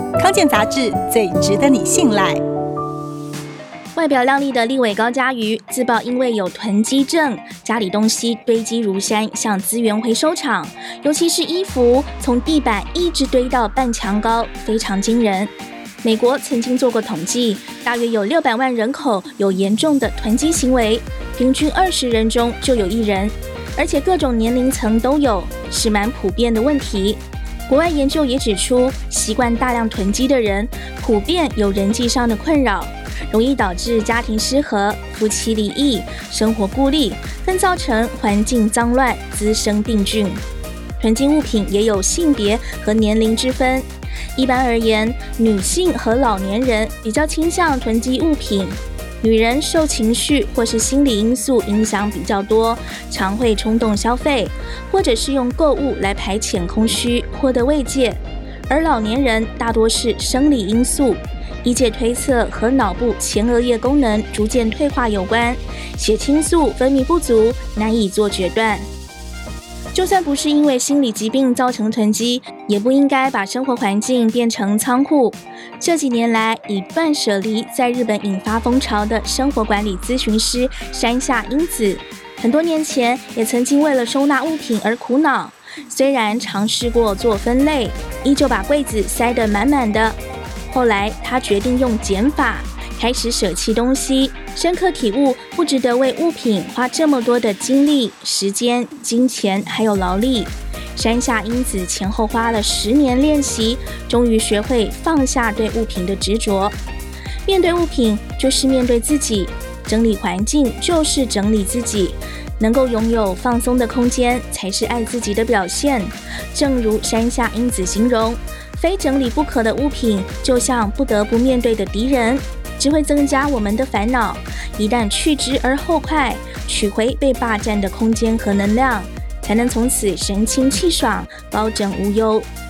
康健杂志最值得你信赖。 外表靓丽的立委高嘉瑜自曝因为有囤积症，家里东西堆积如山，像资源回收场，尤其是衣服从地板一直堆到半墙高，非常惊人。美国曾经做过统计，大约有600万人口有严重的囤积行为，平均20人中就有1人，而且各种年龄层都有，是蛮普遍的问题。国外研究也指出，习惯大量囤积的人普遍有人际上的困扰，容易导致家庭失和、夫妻离异、生活孤立，更造成环境脏乱、滋生病菌。囤积物品也有性别和年龄之分，一般而言，女性和老年人比较倾向囤积物品，女人受情绪或是心理因素影响比较多，常会冲动消费，或者是用购物来排遣空虚，获得慰藉。而老年人大多是生理因素，医界推测和脑部前额叶功能逐渐退化有关，血清素分泌不足，难以做决断。就算不是因为心理疾病造成囤积，也不应该把生活环境变成仓库。这几年来，以断舍离在日本引发风潮的生活管理咨询师山下英子，很多年前也曾经为了收纳物品而苦恼。虽然尝试过做分类，依旧把柜子塞得满满的。后来，他决定用减法，开始舍弃东西，深刻体悟不值得为物品花这么多的精力、时间、金钱还有劳力。山下英子前后花了10年练习，终于学会放下对物品的执着。面对物品就是面对自己，整理环境就是整理自己。能够拥有放松的空间，才是爱自己的表现。正如山下英子形容，非整理不可的物品就像不得不面对的敌人，只会增加我们的烦恼。一旦去之而后快，取回被霸占的空间和能量，才能从此神清气爽，高枕无忧。